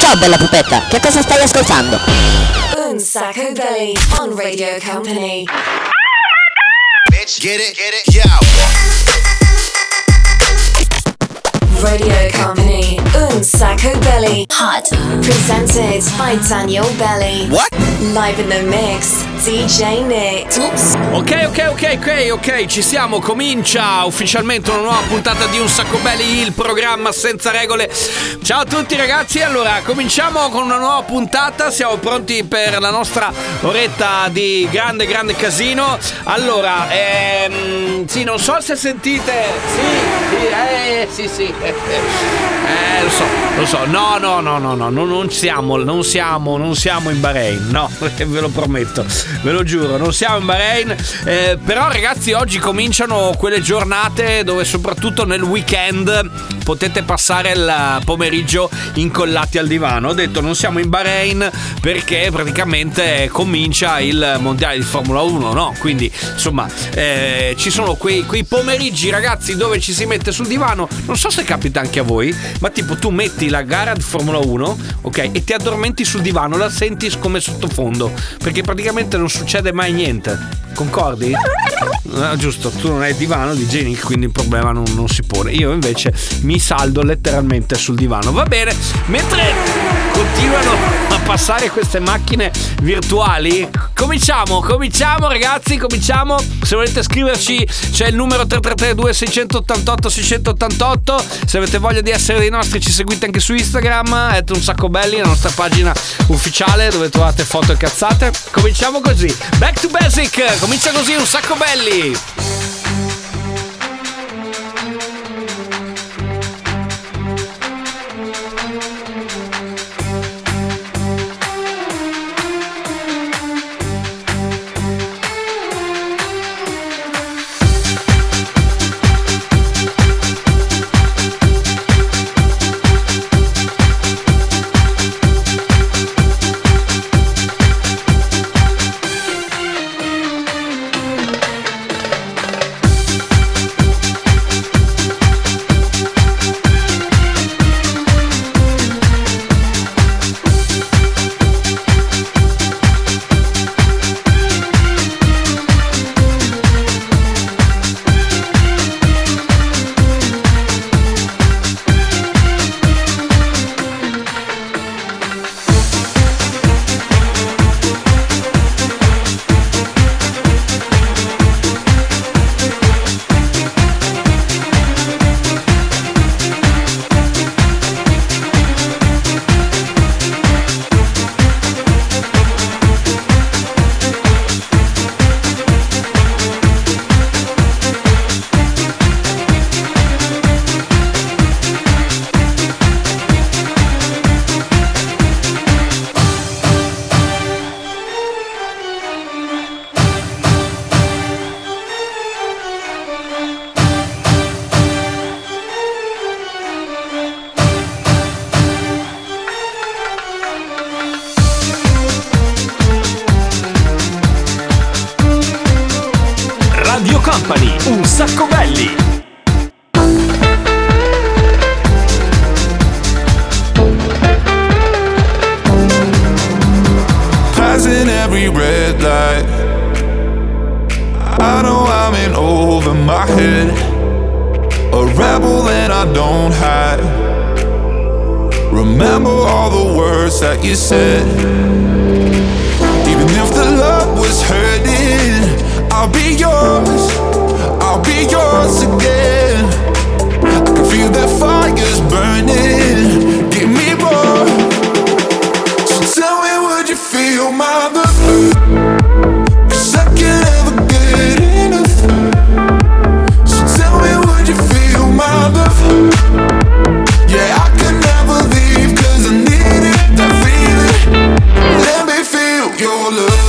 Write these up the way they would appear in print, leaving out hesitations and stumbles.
Ciao bella pupetta, che cosa stai ascoltando? Un Sacco Belly on Radio Company. Bitch, get it, yo. Radio Company, Un Sacco Belly. Hot. Presented by Daniel Belly. What? Live in the mix, DJ Nick. Oops. Ok, ci siamo, comincia ufficialmente una nuova puntata di Un Sacco Belli, il programma senza regole. Ciao a tutti ragazzi, allora cominciamo con una nuova puntata, siamo pronti per la nostra oretta di grande casino. Allora, sì, non so se sentite, sì, lo so, no, non siamo in Bahrain, no, ve lo prometto, ve lo giuro, non siamo in Bahrain, però ragazzi oggi cominciano quelle giornate dove soprattutto nel weekend potete passare il pomeriggio incollati al divano. Ho detto non siamo in Bahrain perché praticamente comincia il mondiale di Formula 1, no? Quindi insomma ci sono quei pomeriggi ragazzi dove ci si mette sul divano, non so se capita anche a voi, ma tipo tu metti la gara di Formula 1, ok, e ti addormenti sul divano, la senti come sottofondo, perché praticamente non succede mai niente, concordi? Giusto, tu non hai il divano di Genic, quindi il problema non si pone. Io invece mi saldo letteralmente sul divano, va bene? Mentre continuano a passare queste macchine virtuali, cominciamo ragazzi, cominciamo. Se volete scriverci c'è il numero 3332 688 688. Se avete voglia di essere dei nostri ci seguite anche su Instagram, Un Sacco Belli, la nostra pagina ufficiale dove trovate foto e cazzate. Cominciamo così, back to basic, comincia così Un Sacco Belli. Company, Un Sacco Belli. Passing every red light, I know I'm in over my head, a rebel and I don't hide. Remember all the words that you said. Even if the love was hurting, I'll be yours again. I can feel that fire's burning, give me more. So tell me, would you feel my love? 'Cause I can't ever get enough. So tell me, would you feel my love? Yeah, I can never leave 'cause I need it, that feeling. Let me feel your love.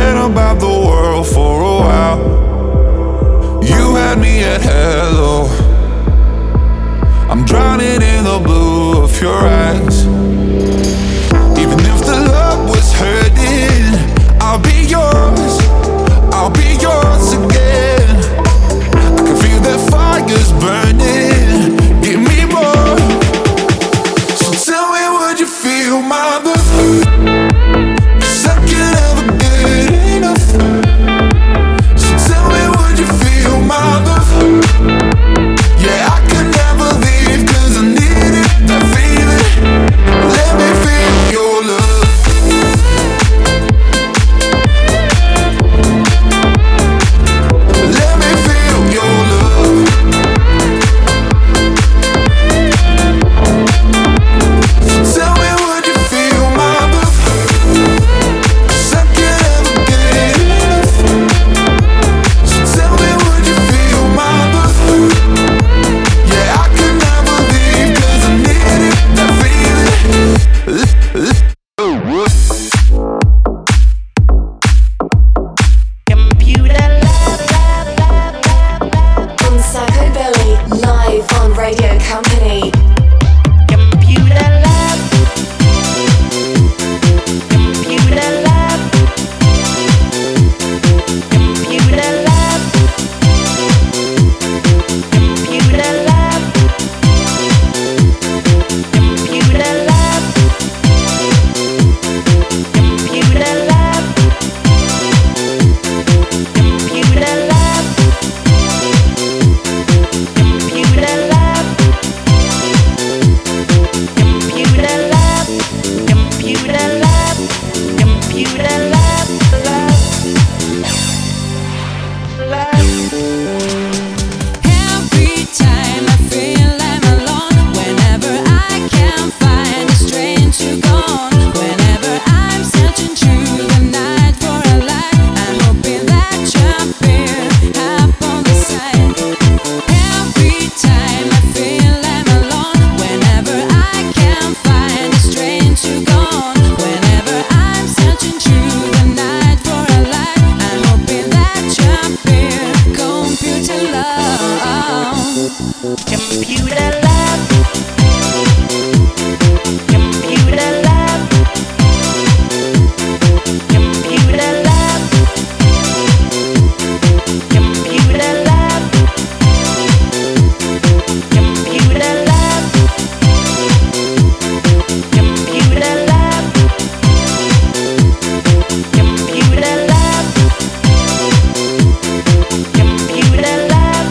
About the world for a while. You had me at hello. drowning in the blue of your eyes. Even if the love was hurting, I'll be yours again. I can feel that fire's burning, give me more. So tell me, would you feel my love? 'Cause I can never get enough. So tell me, would you feel my love? Yeah, I can never leave 'cause I need it, that feeling. Let me feel your love. Let me feel your love. So tell me, would you feel my love? 'Cause I can never get enough. So tell me, would you feel my love? Yeah, I can never leave 'cause I need it, that feeling. On Sacco Belly, live on Radio Company. Every time I feel I'm alone, whenever I can't find a strange to go on, whenever I'm searching through the night for a light, I'm hoping that you'll appear up on the side. Every time I feel I'm alone, whenever I can't find a strange to go on, whenever I'm searching through the night for a light, I'm hoping that you'll appear. Computer love, computer love, computer love, computer love, computer love, computer love, computer love, computer love, computer love,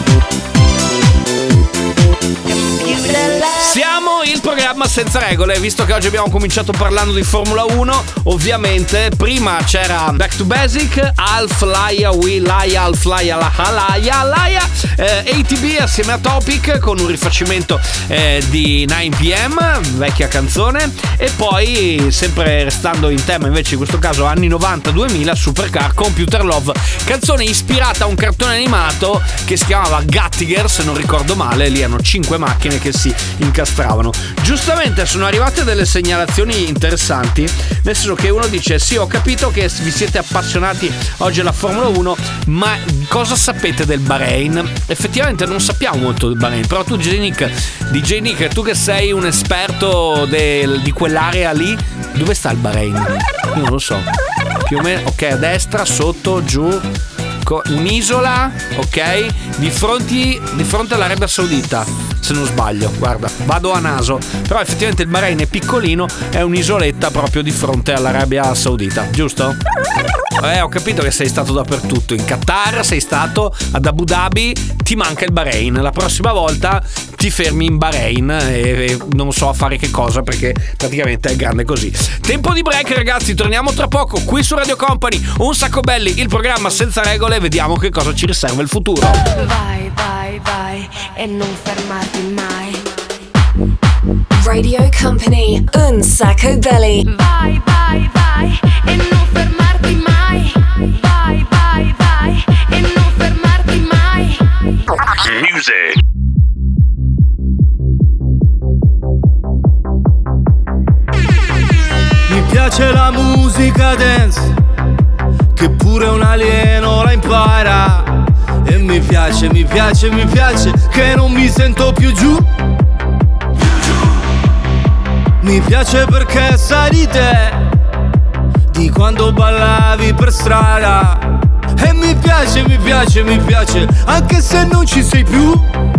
computer love. Siamo il programma senza regole, visto che oggi abbiamo cominciato parlando di Formula 1, ovviamente prima c'era Back to Basic, Alf Laia, We Laia, Alf Laia, Laia, ATB assieme a Topic con un rifacimento di 9pm, vecchia canzone, e poi sempre restando in tema invece in questo caso anni 90-2000, Supercar, Computer Love, canzone ispirata a un cartone animato che si chiamava Gattiger, se non ricordo male. Lì hanno 5 macchine che si incastravano. Giustamente sono arrivate delle segnalazioni interessanti, nel senso che uno dice: sì, ho capito che vi siete appassionati oggi alla Formula 1, ma cosa sapete del Bahrain? Effettivamente non sappiamo molto del Bahrain, però tu DJ Nick, tu che sei un esperto di quell'area lì, dove sta il Bahrain? Io non lo so, più o meno. Ok, a destra, sotto, giù, un'isola, ok, di fronte all'Arabia Saudita, se non sbaglio. Guarda, vado a naso, però effettivamente il Bahrain è piccolino, è un'isoletta proprio di fronte all'Arabia Saudita, giusto? Ho capito che sei stato dappertutto. In Qatar sei stato, ad Abu Dhabi, ti manca il Bahrain. La prossima volta ti fermi in Bahrain e non so a fare che cosa, perché praticamente è grande così. Tempo di break, ragazzi, torniamo tra poco qui su Radio Company. Un sacco belli, il programma senza regole, vediamo che cosa ci riserva il futuro. Vai, vai, vai e non fermarti mai. Radio Company, un sacco belli. Vai, vai, vai e non fermarti mai. Vai, vai, vai e non fermarti mai. Music. Mi piace la musica dance, che pure un alieno la impara. E mi piace che non mi sento più giù. Mi piace perché sai di te, di quando ballavi per strada. E mi piace, mi piace, mi piace, anche se non ci sei più.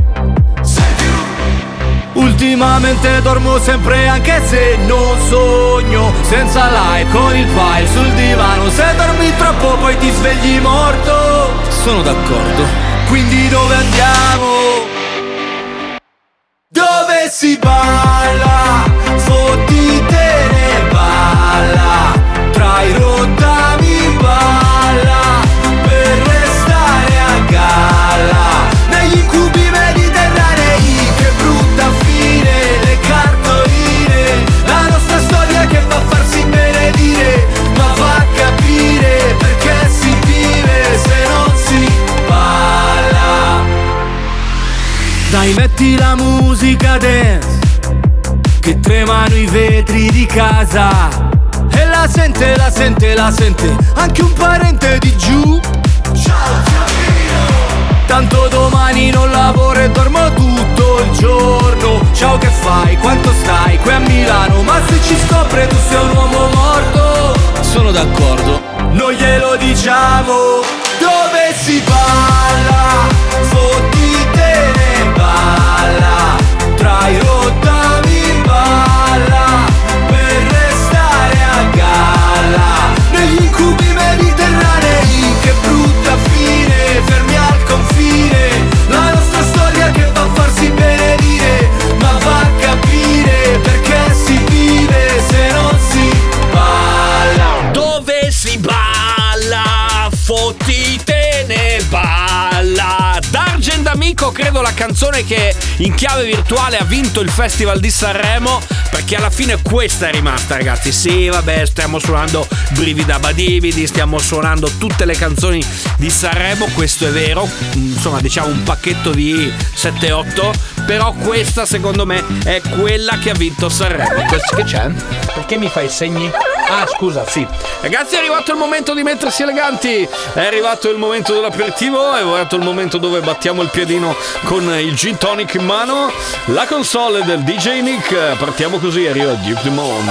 Ultimamente dormo sempre anche se non sogno, senza like con il file sul divano. Se dormi troppo poi ti svegli morto. Sono d'accordo. Quindi dove andiamo? Dove si balla? Fottitene balla. Tra i rottami balla. Per restare a galla. Negli incubi mediterranei. Che brutta fine. Le cartoline. La nostra storia che fa farsi benedire. Ma fa capire perché si vive se non si balla. Dai, metti la musica dance, che tremano i vetri di casa. E la sente, la sente, la sente anche un parente di giù. Ciao Flavio. Tanto domani non lavoro e dormo tutto il giorno. Ciao, che fai? Quanto stai? Qui a Milano. Ma se ci scopre tu sei un uomo morto. Sono d'accordo. Non glielo diciamo. Dove si balla? Fottitene balla. Tra i rottami balla. Per restare a galla. Negli incubi mediterranei. Che brutta fine. Fermi al confine. La nostra storia che fa farsi benedire. Ma fa capire perché si vive se non si balla. Dove si balla? Fottitene balla. D'Argent Amico, credo la canzone che in chiave virtuale ha vinto il Festival di Sanremo, perché alla fine questa è rimasta, ragazzi. Sì, vabbè, stiamo suonando Brivida Badividi, stiamo suonando tutte le canzoni di Sanremo, questo è vero, insomma diciamo un pacchetto di 7-8, però questa secondo me è quella che ha vinto Sanremo. Che c'è? Perché mi fai segni? Ah, scusa, sì. Ragazzi, è arrivato il momento di mettersi eleganti, è arrivato il momento dell'aperitivo, è arrivato il momento dove battiamo il piedino con il gin tonic in mano. La console del DJ Nick, partiamo così, arriva Duke Dumont.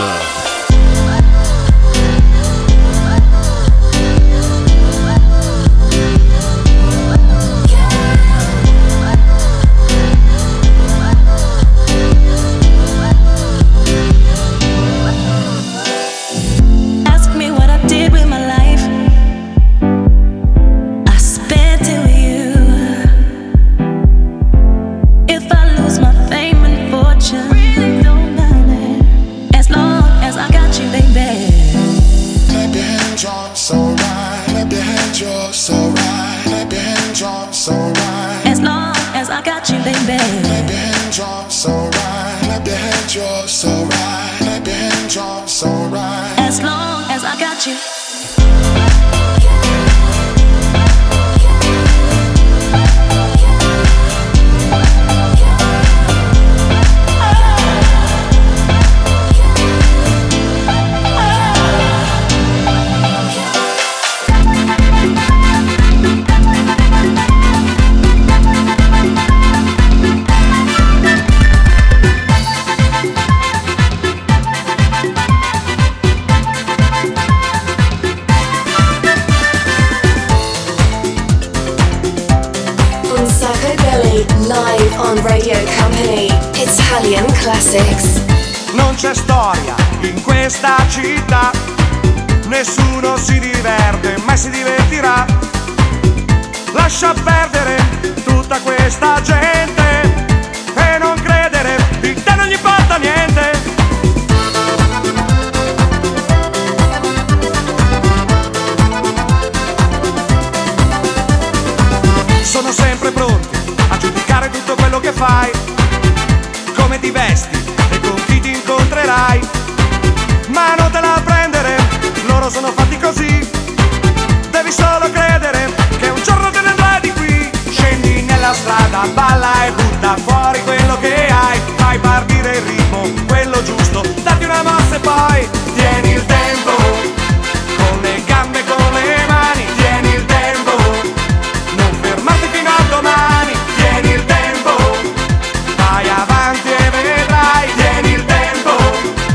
Live on Radio Company, Italian Classics. Non c'è storia in questa città, nessuno si diverte, mai si divertirà. Lascia perdere tutta questa gente e non credere, di te non gli importa niente. Sono sempre pronti a giudicare tutto quello che fai, come ti vesti e con chi ti incontrerai. Ma non te la prendere, loro sono fatti così. Devi solo credere che un giorno te ne andrai di qui. Scendi nella strada, balla e butta fuori quello che hai. Fai partire il ritmo, quello giusto, datti una mossa e poi tieni il tempo, con le gambe e con le mani. Tieni il tempo, non fermarti fino a domani. Tieni il tempo, vai avanti e vedrai. Tieni il tempo,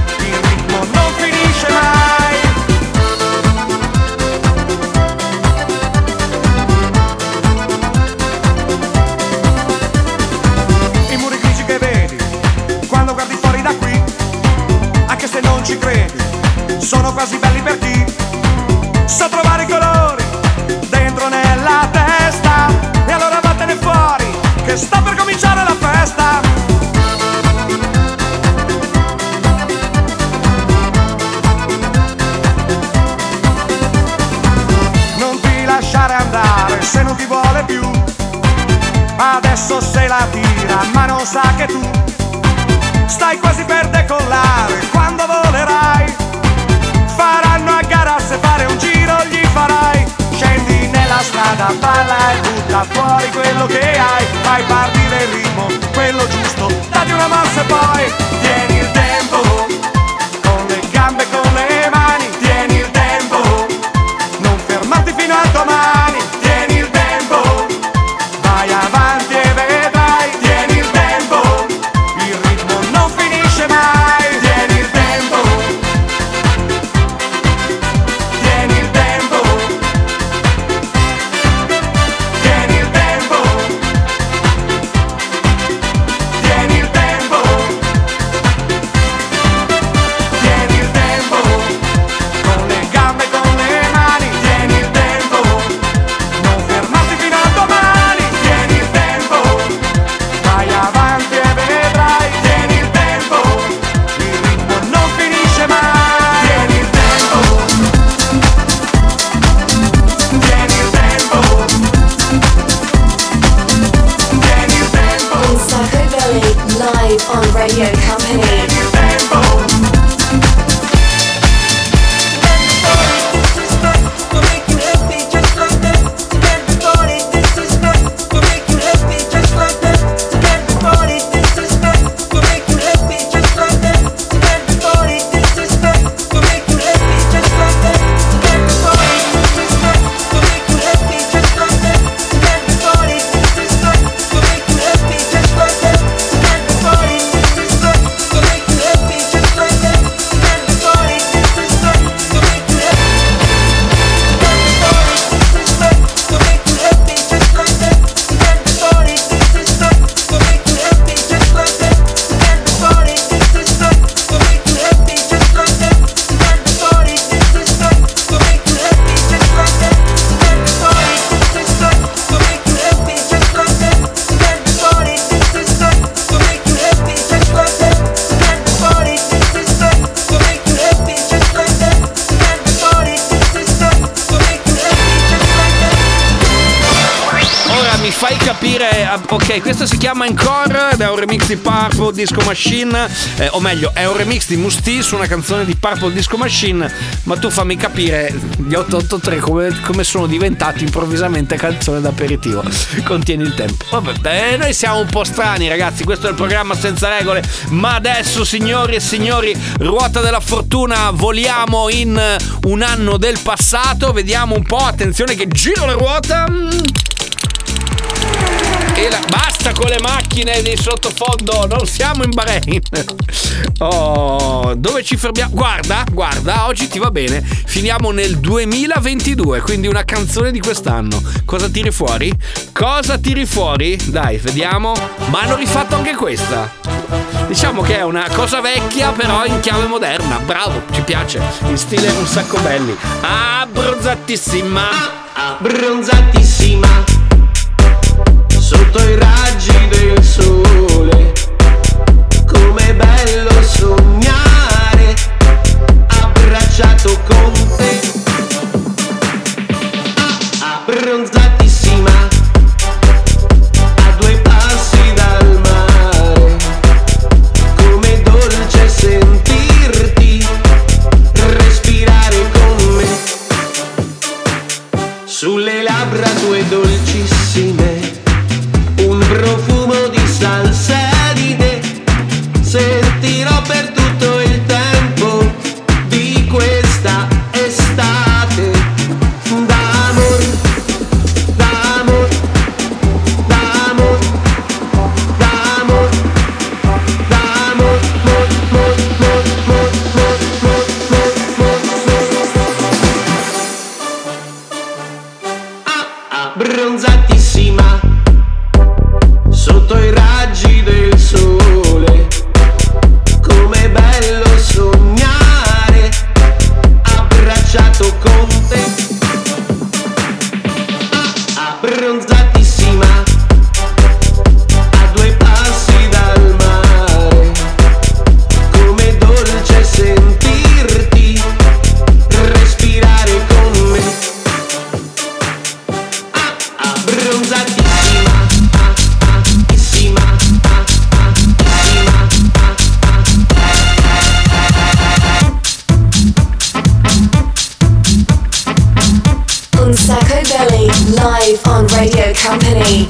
adesso se la tira, ma non sa che tu stai quasi per decollare. Quando volerai, faranno a gara, se fare un giro gli farai. Scendi nella strada, balla e butta fuori quello che hai. Fai partire il ritmo, quello giusto, dati una mossa e poi tieni il tempo, con le gambe, con le mani. Tieni il tempo, non fermarti fino a domani. Tieni il tempo, vai avanti e vedrai. Tieni il tempo, il ritmo non finisce mai. Tieni il tempo, tieni il tempo, tieni il tempo, tieni il tempo, tieni il tempo, con le gambe, con le mani. Tieni il tempo, non fermarti fino a domani. Tieni il tempo, vai avanti e vedrai. Tieni il tempo, il ritmo non finisce mai. Tieni il tempo, tieni il tempo, tieni il tempo, On Sacco Belly, live on Radio Company. tieni il tempo. Ora mi fai capire, ok, questo si chiama Encore ed è un remix di Purple Disco Machine, o meglio è un remix di Musti su una canzone di Purple Disco Machine, ma tu fammi capire gli 883 come sono diventati improvvisamente canzone d'aperitivo. Contieni il tempo. Vabbè, noi siamo un po' strani ragazzi, questo è il programma senza regole, ma adesso signori e signori, ruota della fortuna, voliamo in un anno del passato, vediamo un po', attenzione che giro la ruota. Basta con le macchine di sottofondo, non siamo in Bahrain. Oh, dove ci fermiamo? Guarda, oggi ti va bene. Finiamo nel 2022, quindi una canzone di quest'anno. Cosa tiri fuori? Dai, vediamo. Ma hanno rifatto anche questa. Diciamo che è una cosa vecchia, però in chiave moderna. Bravo, ci piace. In stile Un Sacco Belli. Abbronzatissima. Abbronzatissima sotto i raggi del sole, com'è bello sognare abbracciato con te. Abbronzatissima a 2 passi dal mare, com'è dolce sentirti respirare con me, sulle labbra tue dolcissime, un profumo di salsa di te, sentirò per tutto il tempo di questa estate, d'amor, d'amor, d'amor, d'amor, d'amor, abbronzatissima sotto i raggi del sole, com'è bello sognare abbracciato con te. Abbronzatissima a 2 passi dal mare, com'è dolce sentirti respirare con me. Abbronzatissima Un Sacco Belly, live on Radio Company.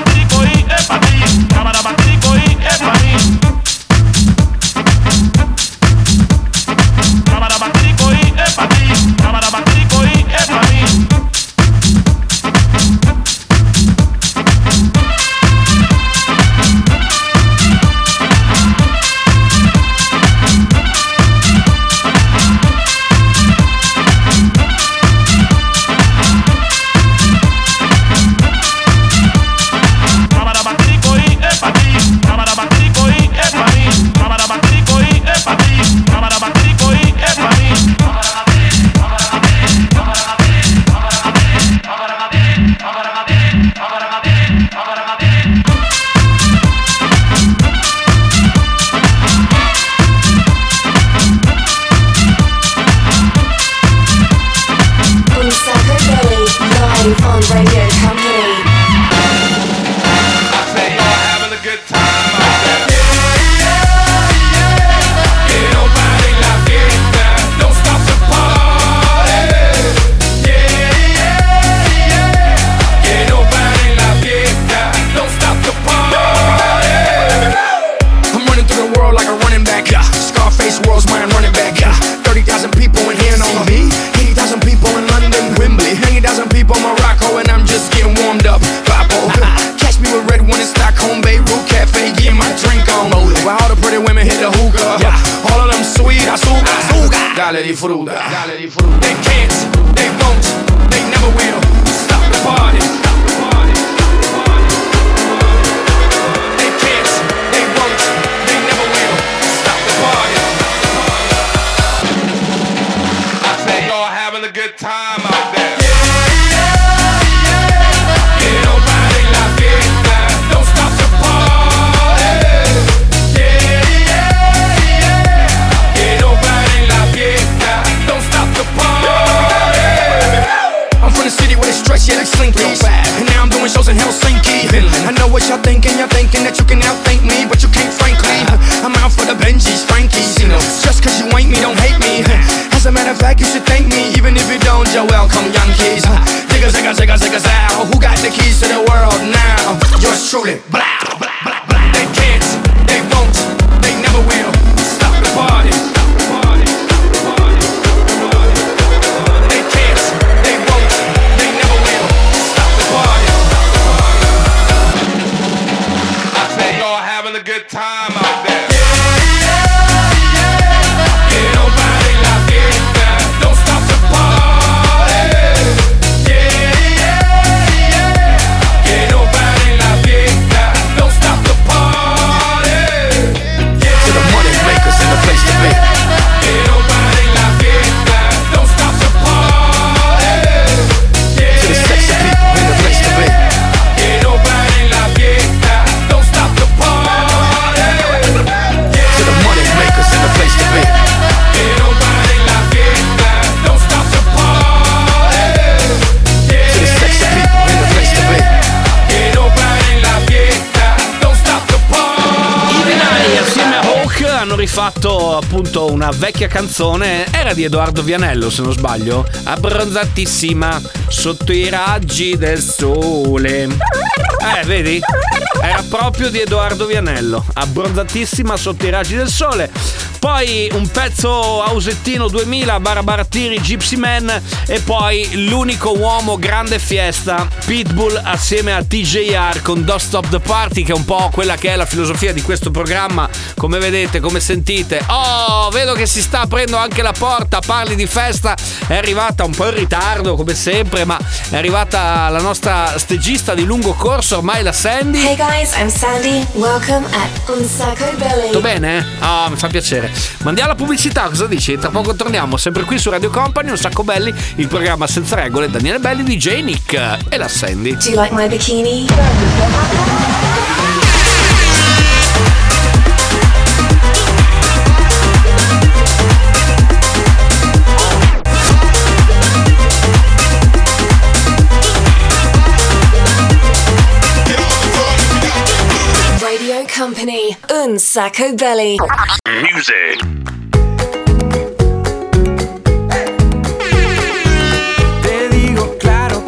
Dale di fruta, dale di fruta. They can't, they won't, they never will stop the party. They can't, they won't, they never will stop the party. I say y'all having a good time out there. Que no pare la fiesta, don't stop the party. Que no pare la fiesta, don't stop the party. I'm from the city where they stretch, yeah, like Slinkies. And now I'm doing shows in Helsinki. I know what y'all thinking that you can outthink me, but you can't, frankly. I'm out for the Benjis, Frankies. Just cause you ain't me, don't hate me. As a matter of fact, you should thank me, even if you don't, you're welcome, Yankees. Zigga, zigga, zigga, zigga, zow. Who got the keys to the world now? Yours truly. Blah, blah, blah, blah. They can't, they won't, they never will stop the party. They can't, they won't, they never will stop the party. I say y'all having a good time out there. Que no pare la fiesta, don't stop the party. Que no pare la fiesta, don't stop the party. To the money makers in the place to be. Que no pare la fiesta, don't stop the party. To the sexy people in the place to be. Que no pare la fiesta, don't stop the party. To the money makers in the place to be. Que no pare la fiesta, don't stop the party. To the sexy people in the place to be. Que no pare la fiesta, don't stop the party. I Venali assieme a Hawk hanno rifatto appunto una vecchia canzone, era di Edoardo Vianello se non sbaglio, abbronzatissima sotto i raggi del sole. Vedi? Era proprio di Edoardo Vianello, abbronzatissima sotto i raggi del sole. Poi un pezzo ausettino 2000, Barabaratiri, Gypsy Man, e poi l'unico uomo grande fiesta, Pitbull assieme a TJR con Don't Stop the Party, che è un po' quella che è la filosofia di questo programma, come vedete, come sentite. Oh, vedo che si sta aprendo anche la porta, parli di festa, è arrivata un po' in ritardo come sempre, ma è arrivata la nostra stagista di lungo corso ormai, la Sandy. Hey guys, I'm Sandy. Welcome at Un Sacco Belly. Tutto bene? Mi fa piacere. Mandiamo la pubblicità, cosa dici? Tra poco torniamo, sempre qui su Radio Company, Un Sacco Belli, il programma senza regole, Daniele Belli, DJ Nick e la Sandy. Do you like my bikini? Radio Company, Un Sacco Belly. Music. Te digo claro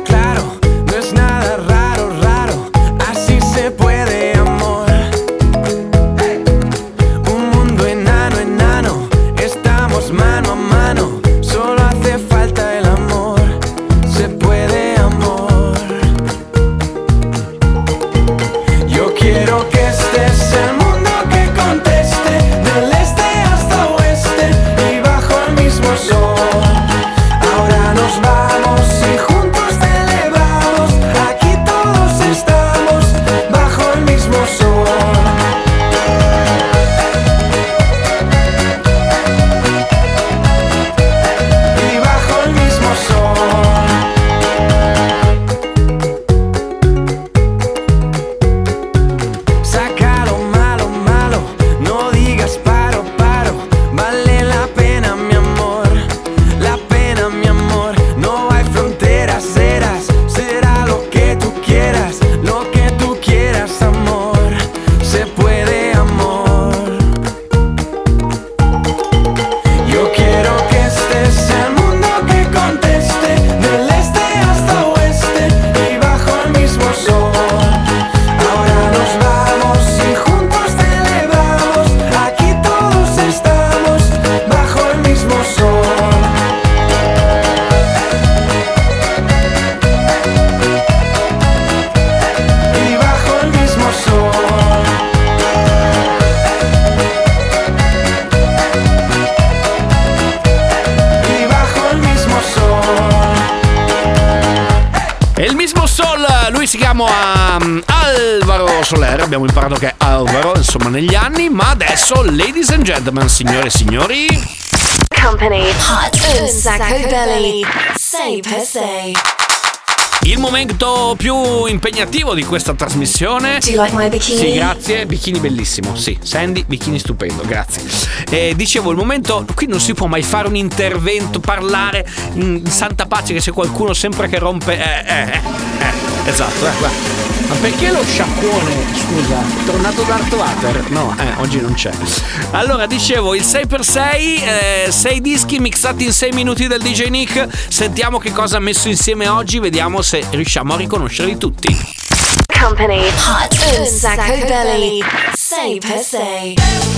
Soul, lui si chiama Alvaro Soler, abbiamo imparato che è Alvaro, insomma, negli anni, ma adesso, ladies and gentlemen, signore e signori, Company Hot un sacco belly. Say per se. il momento più impegnativo di questa trasmissione. Do you like my bikini? Sì, grazie, bikini bellissimo. Sì, Sandy, bikini stupendo, grazie. Dicevo, il momento, qui non si può mai fare un intervento, parlare in santa pace, che c'è qualcuno sempre che rompe. Esatto, guarda. Ma perché lo sciacquone? Scusa, è tornato Darth Vader? No, oggi non c'è. Allora, dicevo, il 6x6, 6 dischi mixati in 6 minuti del DJ Nick. Sentiamo che cosa ha messo insieme oggi, vediamo se riusciamo a riconoscerli tutti. Company Hot un sacco belly. Say per se.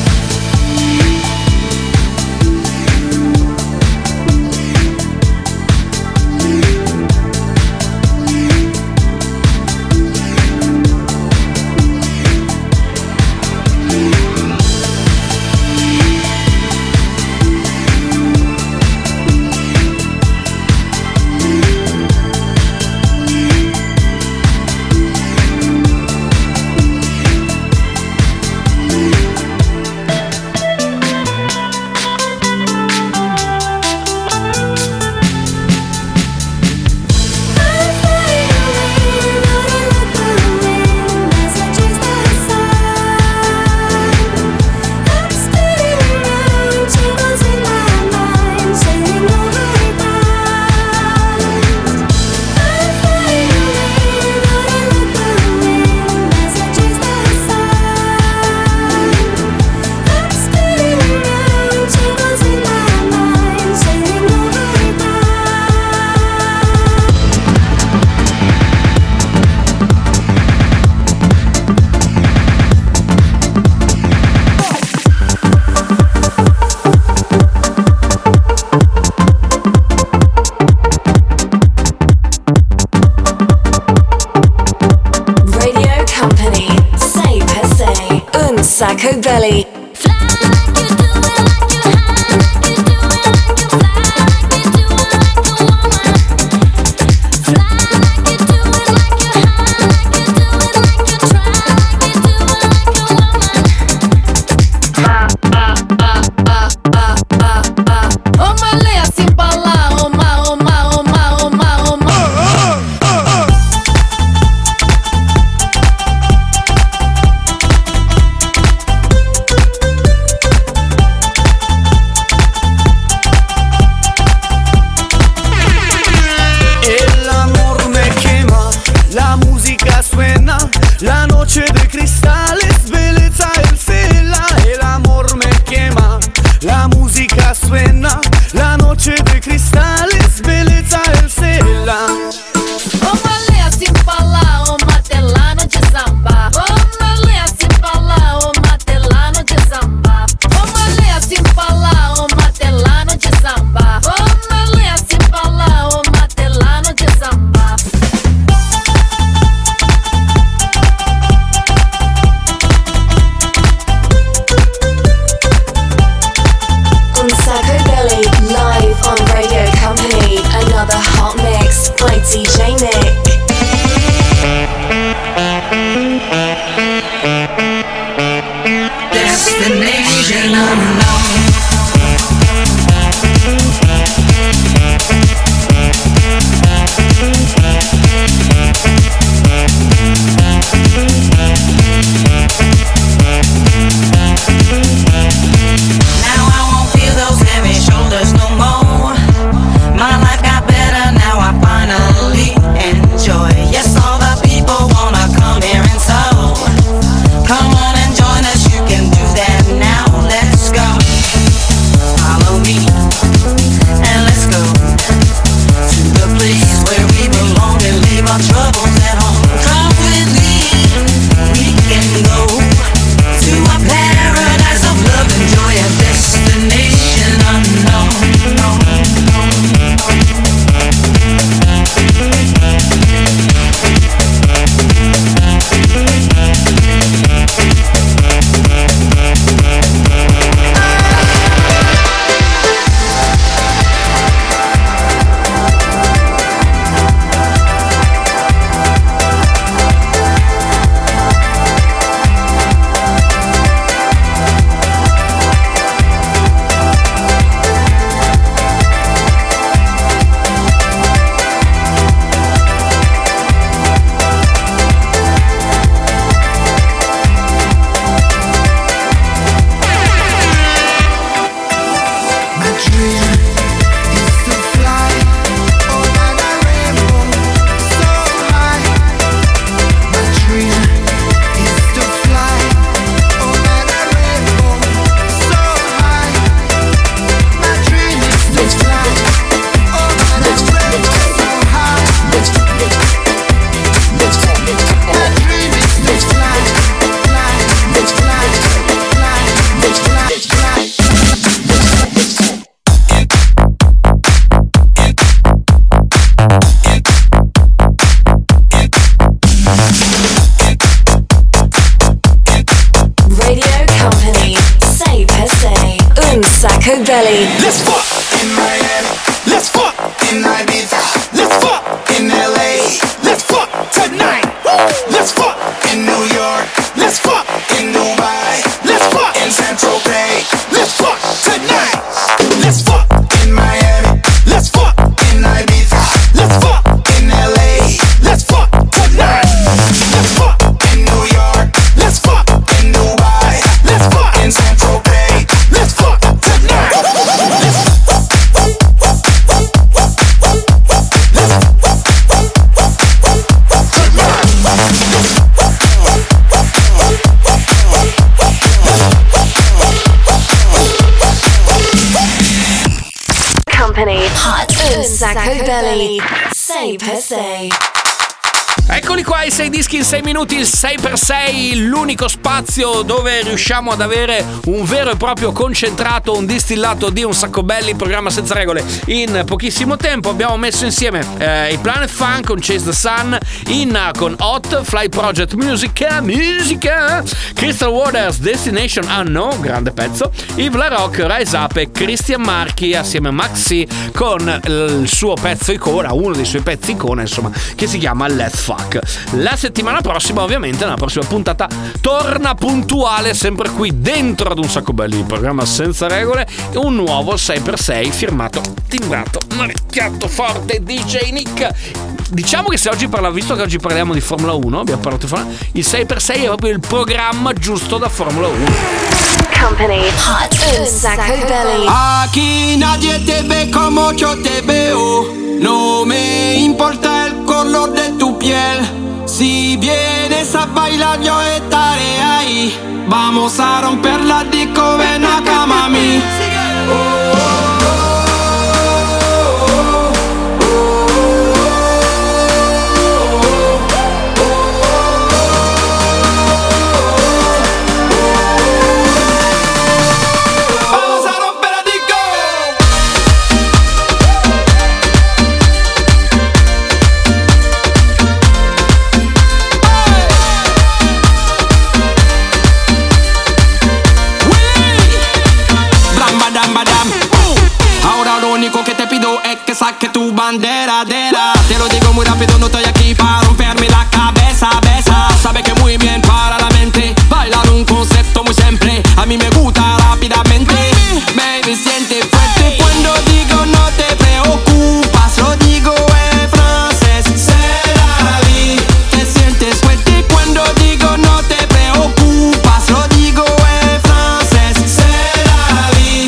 Sacco belly. La noche de cristales, bellezza el cela. El amor me quema, la música suena. La noche de cristales, bellezza el cela. Oh, malea sin falar, oh, matelano de samba. Oh, malea sin falar, oh, matelano de samba. Oh, malea sin falar, oh, matelano de samba. Oh, malea sin falar, oh, matelano de samba. Sacco Belly live on Radio Company. Another hot mix by DJ Nick. Destination unknown. No more. My life got better now. I finally and Company. Let's fuck in Miami. Let's fuck in Ibiza. Let's fuck in LA. Let's fuck tonight. Let's fuck in New York. Let's fuck in Dubai. Let's fuck in Central Bay. Let's fuck tonight. Let's fuck in Miami. Let's fuck in Ibiza. Let's fuck in LA. Let's fuck tonight. Let's fuck in New York. Let's fuck in Dubai. Let's fuck in Central Bay. Let's fuck tonight. Company. Hot un sacco belli. 6 per 6. Eccoli qua, i 6 dischi in 6 minuti, il 6x6, l'unico spazio dove riusciamo ad avere un vero e proprio concentrato, un distillato di Un Sacco Belli, programma senza regole in pochissimo tempo. Abbiamo messo insieme i Planet Funk con Chase the Sun, Inna con Hot, Fly Project Musica, Crystal Waters Destination Unknown, grande pezzo, Yves La Rock, Rise Up e Christian Marchi assieme a Maxi con il suo pezzo icona, uno dei suoi pezzi icona, insomma, che si chiama Let's Fuck. La settimana prossima, ovviamente, nella prossima puntata torna puntuale, sempre qui dentro ad Un Sacco Belli, il programma senza regole, un nuovo 6x6 firmato, timbrato, marchiato forte DJ Nick. Diciamo che se oggi visto che oggi parliamo di Formula 1, abbiamo parlato di Formula 1, il 6x6 è proprio il programma giusto da Formula 1. Company. Hot un sacco belli. Aquí nadie te ve como yo te veo. No me importa el color de tu piel. Si vienes a bailar yo estaré ahí. Vamos a romper la disco, ven acá mami. Saque tu bandera, te lo digo muy rápido, no estoy aquí para romperme la cabeza, besa. Sabe que muy bien para la mente, bailar un concepto muy simple, a mí me gusta rápidamente. Baby, siente fuerte cuando digo no te preocupas, lo digo en francés, c'est la vie. Te sientes fuerte cuando digo no te preocupas, lo digo en francés, c'est la vie.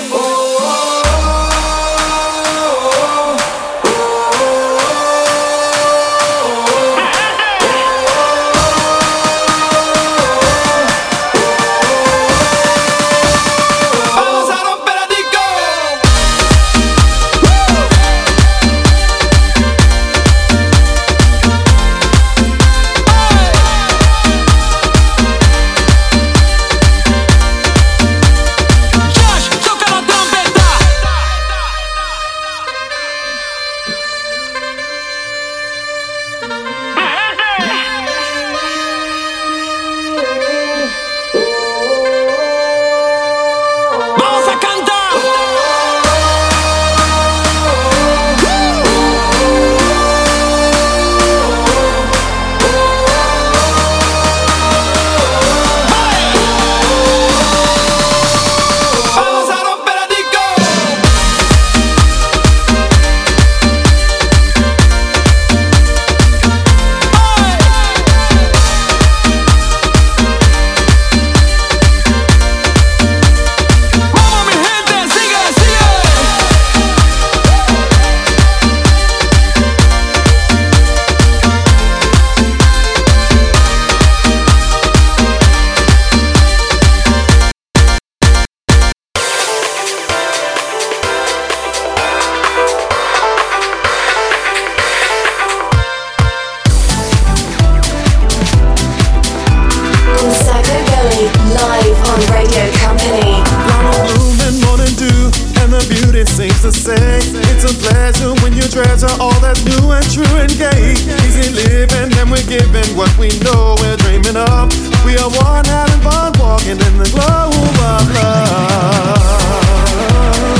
It's a pleasure when you treasure all that's new and true and gay. Easy living and we're giving what we know we're dreaming of. We are one having fun walking in the glow of love.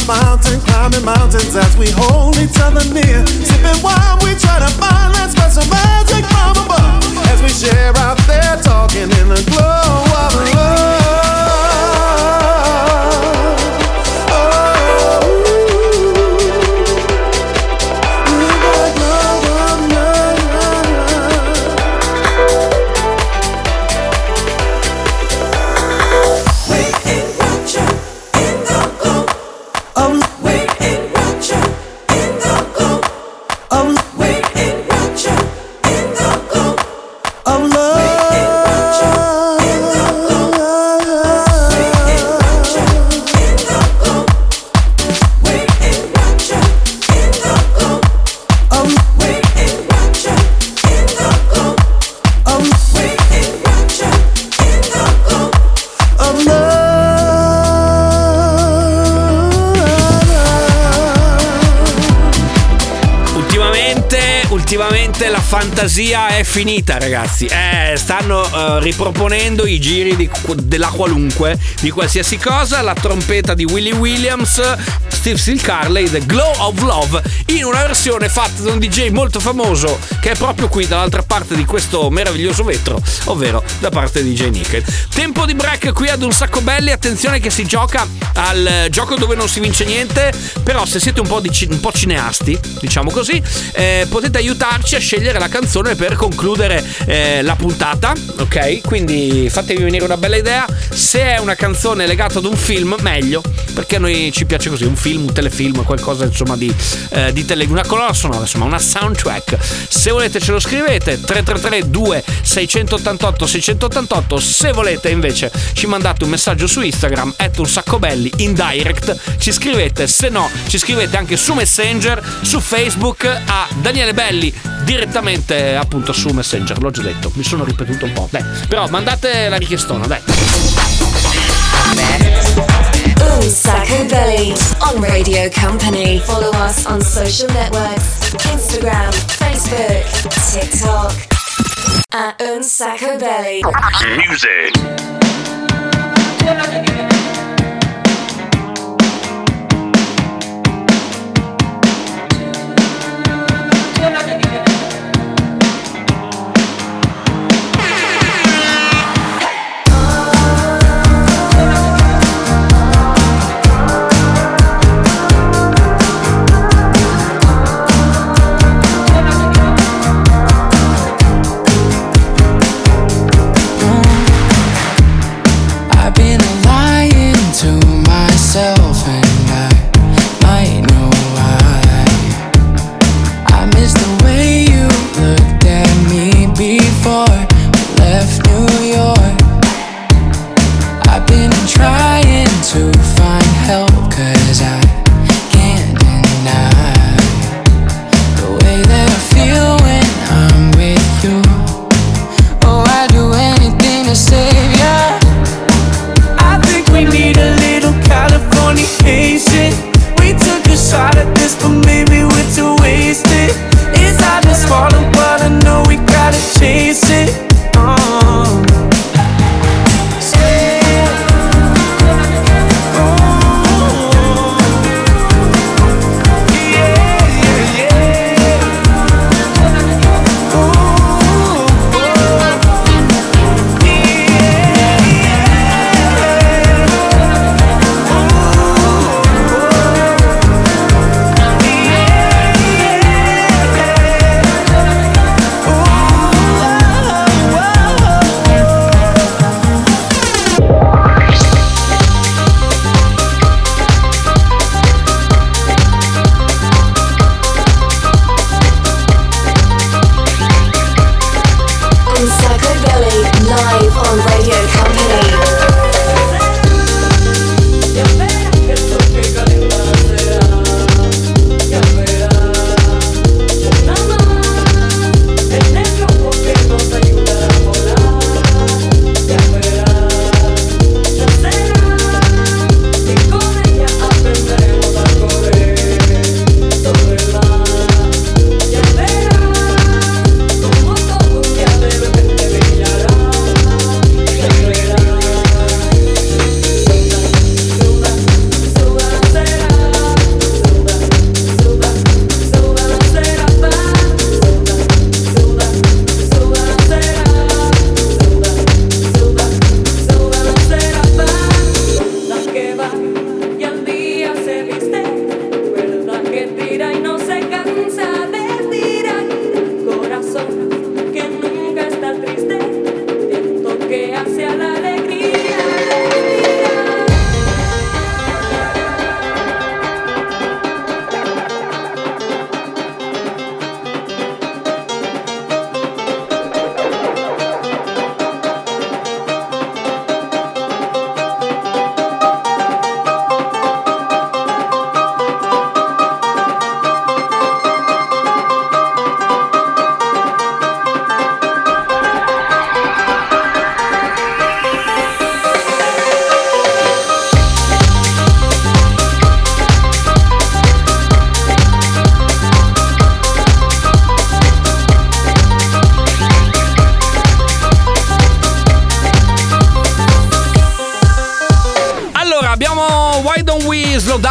mountain, climbing mountains as we hold each other near. Sipping wine, we try to find that special magic from above. As we share out there, talking in the glow of love. Ultimamente la fantasia è finita, ragazzi. Stanno riproponendo i giri della qualunque, di qualsiasi cosa. La trompeta di Willie Williams, Steve Steel Carley, The Glow of Love, in una versione fatta da un DJ molto famoso che è proprio qui dall'altra parte di questo meraviglioso vetro, ovvero da parte di DJ Nick. Tempo di break qui ad Un Sacco Belli. Attenzione che si gioca al gioco dove non si vince niente, però se siete un po' cineasti, diciamo così, potete aiutarci a scegliere la canzone per concludere la puntata, ok? Quindi fatevi venire una bella idea. Se è una canzone legata ad un film, meglio, perché a noi ci piace così, un film, un telefilm, qualcosa insomma di una colonna sonora, insomma una soundtrack. Se volete ce lo scrivete 333 2688 688. Se volete invece ci mandate un messaggio su Instagram @unsaccobelli in direct, ci scrivete. Se no ci scrivete anche su Messenger, su Facebook a Daniele Belli direttamente, appunto, su Messenger. L'ho già detto, mi sono ripetuto un po', dai, però mandate la richiestona, dai. Un Sacco Belly on Radio Company. Follow us on social networks: Instagram, Facebook, TikTok at Un Sacco Belly. Music. I've been lying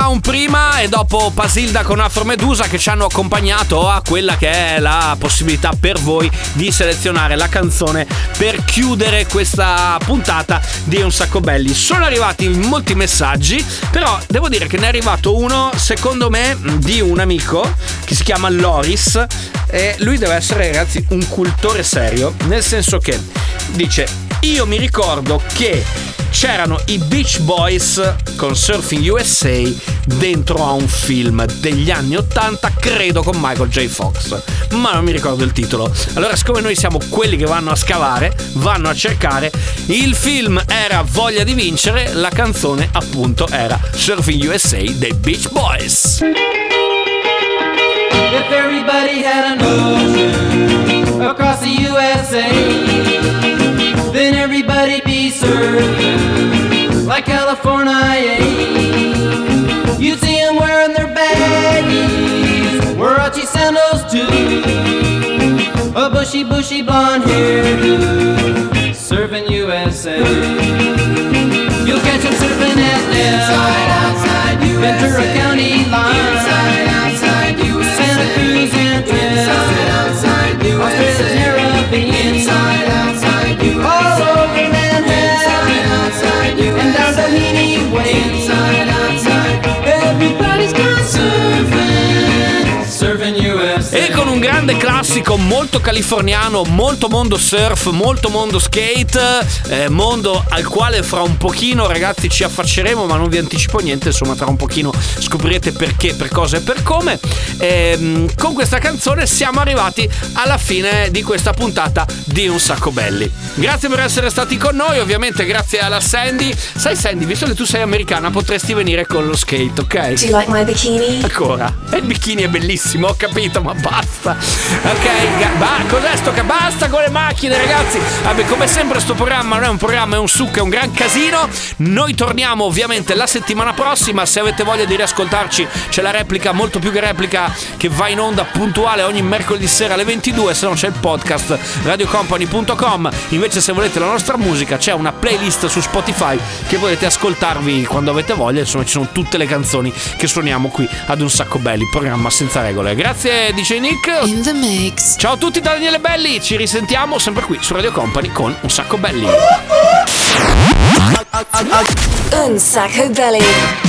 Countdown prima e dopo Pasilda con Afro Medusa che ci hanno accompagnato a quella che è la possibilità per voi di selezionare la canzone per chiudere questa puntata di Un Sacco Belli. Sono arrivati molti messaggi, però devo dire che ne è arrivato uno, secondo me, di un amico che si chiama Loris, e lui deve essere, ragazzi, un cultore serio, nel senso che dice: io mi ricordo che c'erano i Beach Boys con Surfing USA dentro a un film degli anni 80, credo con Michael J. Fox, ma non mi ricordo il titolo. Allora, siccome noi siamo quelli che vanno a scavare, vanno a cercare, il film era Voglia di vincere, la canzone appunto era Surfing USA dei Beach Boys. If everybody had an ocean across the USA, then everybody'd be surfing like California. You'd see them wearing their baggies, Warachi sandals too, a bushy blonde hairdo, surfing USA. You'll catch them surfing at Nell, Ventura County line, Santa Cruz and Australia's Caribbean, all over Manhattan, and down Doheny Way. Everybody's gone surfing USA. E con un grande classico molto californiano, molto mondo surf, molto mondo skate, mondo al quale fra un pochino, ragazzi, ci affacceremo, ma non vi anticipo niente, insomma tra un pochino scoprirete perché, per cosa e per come. Con questa canzone siamo arrivati alla fine di questa puntata di Un Sacco Belli. Grazie per essere stati con noi, ovviamente grazie alla Sandy. Sai Sandy, visto che tu sei americana, potresti venire con lo skate, ok? Do you like my bikini? Ancora? Il bikini è bellissimo, ho capito, ma basta. Ok, cos'è sto che basta con le macchine, ragazzi? Vabbè, come sempre sto programma non è un programma, è un succo, è un gran casino. Noi torniamo ovviamente la settimana prossima. Se avete voglia di riascoltarci, c'è la replica, molto più che replica, che va in onda puntuale ogni mercoledì sera alle 22. Se no c'è il podcast radiocompany.com. Invece se volete la nostra musica c'è una playlist su Spotify che potete ascoltarvi quando avete voglia. Insomma ci sono tutte le canzoni che suoniamo qui ad Un Sacco Belli, programma senza regole. Grazie DJ Nick. In the mix. Ciao a tutti da Daniele Belli, ci risentiamo sempre qui su Radio Company con Un Sacco Belli. Un Sacco Belli.